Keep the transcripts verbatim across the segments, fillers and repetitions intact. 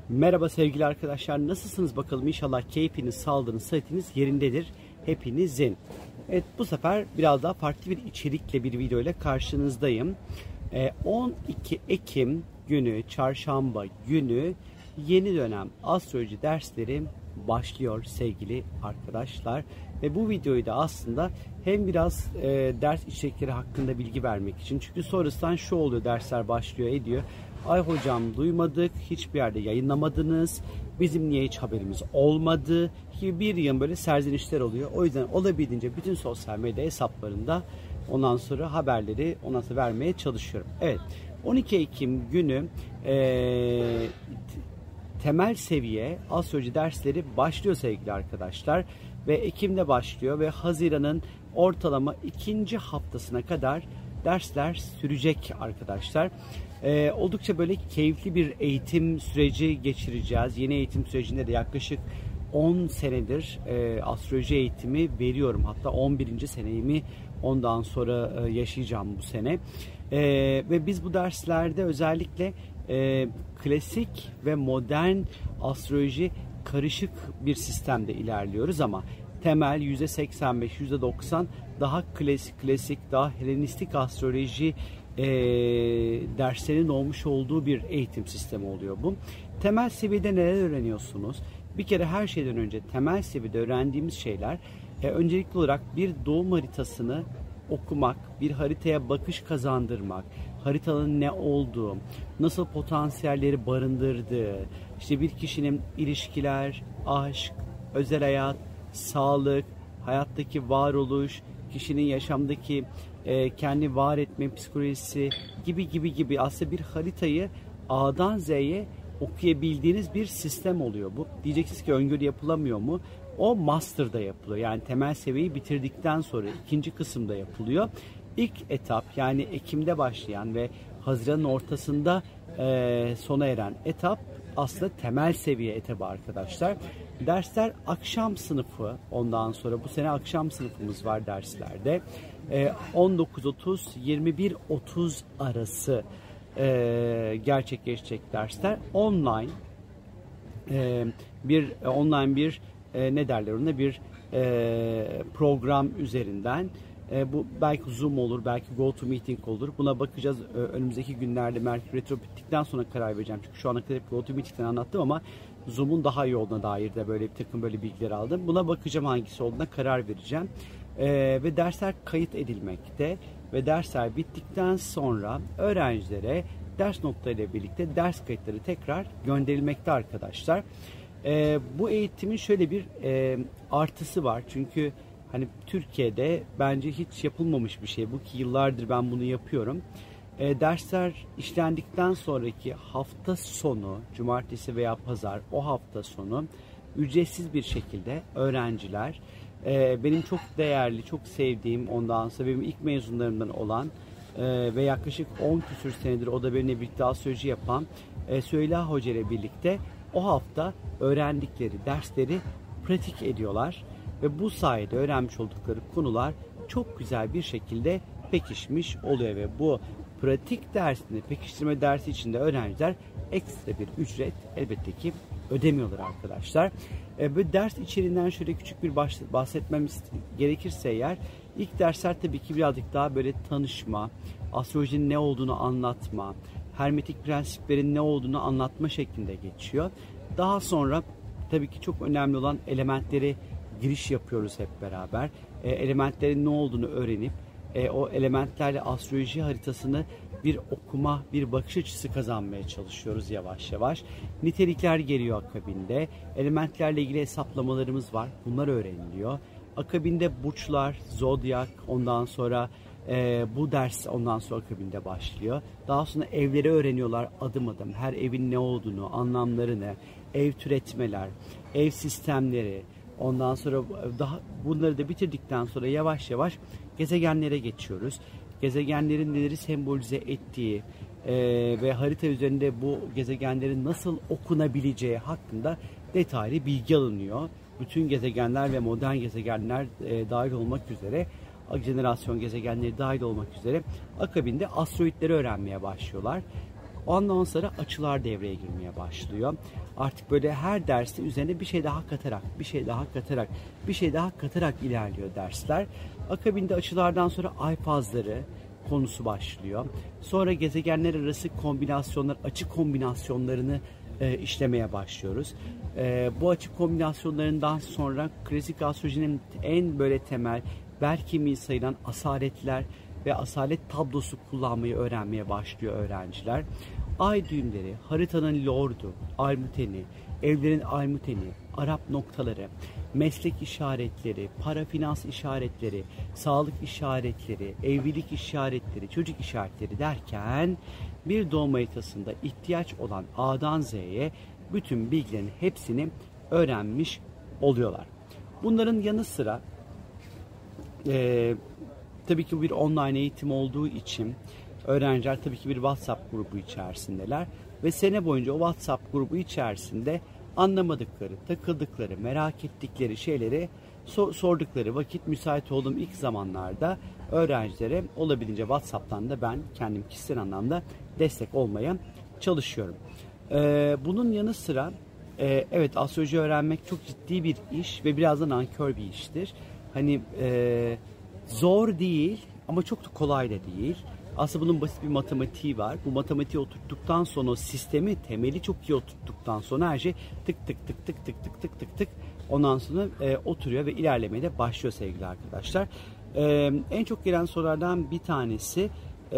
Merhaba sevgili arkadaşlar, nasılsınız bakalım? İnşallah keyfiniz, sağlığınız, sıhhatiniz yerindedir hepinizin. Evet, bu sefer biraz daha farklı bir içerikle bir video ile karşınızdayım. on iki Ekim günü, çarşamba günü yeni dönem astroloji dersleri başlıyor sevgili arkadaşlar. Ve bu videoyu da aslında hem biraz e, ders içerikleri hakkında bilgi vermek için, çünkü sonrasında şu oluyor, dersler başlıyor ediyor. Ay hocam duymadık, hiçbir yerde yayınlamadınız, bizim niye hiç haberimiz olmadı gibi bir yığın böyle serzenişler oluyor. O yüzden olabildiğince bütün sosyal medya hesaplarında ondan sonra haberleri ondan sonra vermeye çalışıyorum. Evet, on iki Ekim günü e, temel seviye astroloji dersleri başlıyor sevgili arkadaşlar. Ve Ekim'de başlıyor ve Haziran'ın ortalama ikinci haftasına kadar dersler sürecek arkadaşlar. Ee, oldukça böyle keyifli bir eğitim süreci geçireceğiz. Yeni eğitim sürecinde de yaklaşık on senedir e, astroloji eğitimi veriyorum. Hatta on birinci senemi ondan sonra e, yaşayacağım bu sene. E, ve biz bu derslerde özellikle e, klasik ve modern astroloji karışık bir sistemde ilerliyoruz ama temel yüzde seksen beş yüzde doksan daha klasik klasik daha Helenistik astroloji e, derslerin olmuş olduğu bir eğitim sistemi oluyor bu. Temel seviyede neler öğreniyorsunuz? Bir kere her şeyden önce temel seviyede öğrendiğimiz şeyler e, öncelikli olarak bir doğum haritasını okumak, bir haritaya bakış kazandırmak, haritanın ne olduğu, nasıl potansiyelleri barındırdığı, işte bir kişinin ilişkiler, aşk, özel hayat, sağlık, hayattaki varoluş, kişinin yaşamdaki e, kendi var etme psikolojisi gibi gibi gibi aslında bir haritayı A'dan Z'ye okuyabildiğiniz bir sistem oluyor bu. Diyeceksiniz ki öngörü yapılamıyor mu? O master'da yapılıyor. Yani temel seviyeyi bitirdikten sonra ikinci kısımda yapılıyor. İlk etap, yani Ekim'de başlayan ve Haziran'ın ortasında e, sona eren etap aslında temel seviye etabı arkadaşlar. Dersler akşam sınıfı, ondan sonra bu sene akşam sınıfımız var derslerde. E, on dokuz otuz yirmi bir otuz arası e, gerçekleşecek dersler. Online e, bir online bir e, ne derler ona bir e, program üzerinden. E, bu belki Zoom olur, belki GoToMeeting olur. Buna bakacağız. E, önümüzdeki günlerde Merkür Retro bittikten sonra karar vereceğim. Çünkü şu ana kadar hep GoToMeeting'den anlattım ama Zoom'un daha iyi olduğuna dair de böyle bir takım böyle bilgiler aldım. Buna bakacağım, hangisi olduğuna karar vereceğim. E, ve dersler kayıt edilmekte ve dersler bittikten sonra öğrencilere ders notlarıyla birlikte ders kayıtları tekrar gönderilmekte arkadaşlar. E, bu eğitimin şöyle bir e, artısı var. Çünkü hani Türkiye'de bence hiç yapılmamış bir şey bu, ki yıllardır ben bunu yapıyorum. E, dersler işlendikten sonraki hafta sonu, cumartesi veya pazar, o hafta sonu ücretsiz bir şekilde öğrenciler, e, benim çok değerli, çok sevdiğim, ondan sonra benim ilk mezunlarımdan olan e, ve yaklaşık on küsür senedir o da benimle birlikte astroloji yapan e, Süheyla Hoca ile birlikte o hafta öğrendikleri dersleri pratik ediyorlar. Ve bu sayede öğrenmiş oldukları konular çok güzel bir şekilde pekişmiş oluyor ve bu pratik dersini, pekiştirme dersi içinde öğrenciler ekstra bir ücret elbette ki ödemiyorlar arkadaşlar. E, böyle ders içeriğinden şöyle küçük bir bahsetmemiz gerekirse eğer, ilk dersler tabii ki birazcık daha böyle tanışma, astrolojinin ne olduğunu anlatma, hermetik prensiplerin ne olduğunu anlatma şeklinde geçiyor. Daha sonra tabii ki çok önemli olan elementleri giriş yapıyoruz hep beraber. E, elementlerin ne olduğunu öğrenip e, o elementlerle astroloji haritasını bir okuma, bir bakış açısı kazanmaya çalışıyoruz yavaş yavaş. Nitelikler geliyor akabinde. Elementlerle ilgili hesaplamalarımız var. Bunlar öğreniliyor. Akabinde burçlar, zodyak, ondan sonra e, bu ders ondan sonra akabinde başlıyor. Daha sonra evleri öğreniyorlar adım adım. Her evin ne olduğunu, anlamlarını, ev türetmeler, ev sistemleri. Ondan sonra daha bunları da bitirdikten sonra yavaş yavaş gezegenlere geçiyoruz. Gezegenlerin neleri sembolize ettiği e, ve harita üzerinde bu gezegenlerin nasıl okunabileceği hakkında detaylı bilgi alınıyor. Bütün gezegenler ve modern gezegenler e, dahil olmak üzere, jenerasyon gezegenleri dahil olmak üzere akabinde asteroidleri öğrenmeye başlıyorlar. Ondan sonra açılar devreye girmeye başlıyor. Artık böyle her derste üzerine bir şey daha katarak, bir şey daha katarak, bir şey daha katarak ilerliyor dersler. Akabinde açılardan sonra ay fazları konusu başlıyor. Sonra gezegenler arası kombinasyonlar, açı kombinasyonlarını e, işlemeye başlıyoruz. E, bu açı kombinasyonlarından sonra klasik astrolojinin en böyle temel, belki sayılan asaletler ve asalet tablosu kullanmayı öğrenmeye başlıyor öğrenciler. Ay düğümleri, haritanın lordu, almuteni, evlerin almuteni, Arap noktaları, meslek işaretleri, para finans işaretleri, sağlık işaretleri, evlilik işaretleri, çocuk işaretleri derken bir doğum haritasında ihtiyaç olan A'dan Z'ye bütün bilgilerin hepsini öğrenmiş oluyorlar. Bunların yanı sıra e, tabii ki bu bir online eğitim olduğu için öğrenciler tabii ki bir WhatsApp grubu içerisindeler ve sene boyunca o WhatsApp grubu içerisinde anlamadıkları, takıldıkları, merak ettikleri şeyleri sor, sordukları vakit müsait olduğum ilk zamanlarda öğrencilere olabildiğince WhatsApp'tan da ben kendim kişisel anlamda destek olmaya çalışıyorum. Ee, bunun yanı sıra e, evet astroloji öğrenmek çok ciddi bir iş ve biraz da nankör bir iştir. Hani e, zor değil ama çok da kolay da değil. Aslında bunun basit bir matematiği var. Bu matematiği oturttuktan sonra o sistemi, temeli çok iyi oturttuktan sonra her şey tık tık tık tık tık tık tık tık tık ondan sonra e, oturuyor ve ilerlemeye de başlıyor sevgili arkadaşlar. E, en çok gelen sorulardan bir tanesi e,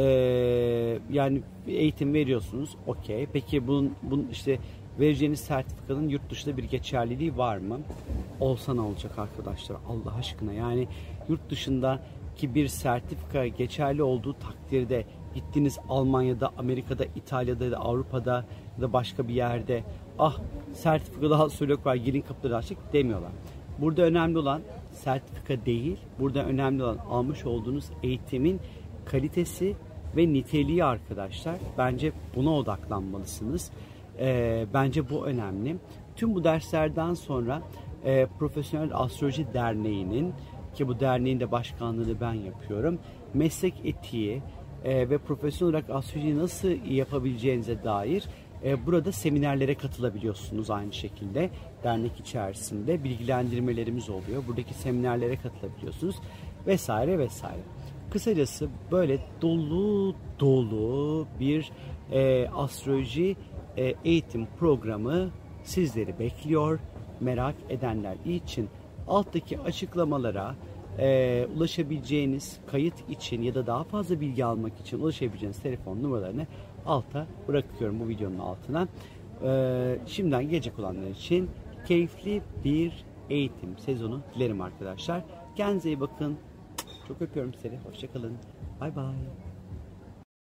yani eğitim veriyorsunuz. Okey. Peki bunun, bunun işte vereceğiniz sertifikanın yurt dışında bir geçerliliği var mı? Olsa ne olacak arkadaşlar? Allah aşkına yani yurt dışında ki bir sertifika geçerli olduğu takdirde gittiniz Almanya'da, Amerika'da, İtalya'da ya da Avrupa'da ya da başka bir yerde ah sertifikalı hastalık var gelin kapıları açık demiyorlar. Burada önemli olan sertifika değil, burada önemli olan almış olduğunuz eğitimin kalitesi ve niteliği arkadaşlar. Bence buna odaklanmalısınız. Ee, bence bu önemli. Tüm bu derslerden sonra e, Profesyonel Astroloji Derneği'nin ki bu derneğin de başkanlığını ben yapıyorum. Meslek etiği e, ve profesyonel olarak astrolojiyi nasıl yapabileceğinize dair e, burada seminerlere katılabiliyorsunuz aynı şekilde. Dernek içerisinde bilgilendirmelerimiz oluyor. Buradaki seminerlere katılabiliyorsunuz vesaire vesaire. Kısacası böyle dolu dolu bir e, astroloji e, eğitim programı sizleri bekliyor. Merak edenler için alttaki açıklamalara e, ulaşabileceğiniz kayıt için ya da daha fazla bilgi almak için ulaşabileceğiniz telefon numaralarını alta bırakıyorum bu videonun altına. E, şimdiden gelecek olanlar için keyifli bir eğitim sezonu dilerim arkadaşlar. Kendinize iyi bakın. Çok öpüyorum sizi. Hoşça kalın. Bay bay.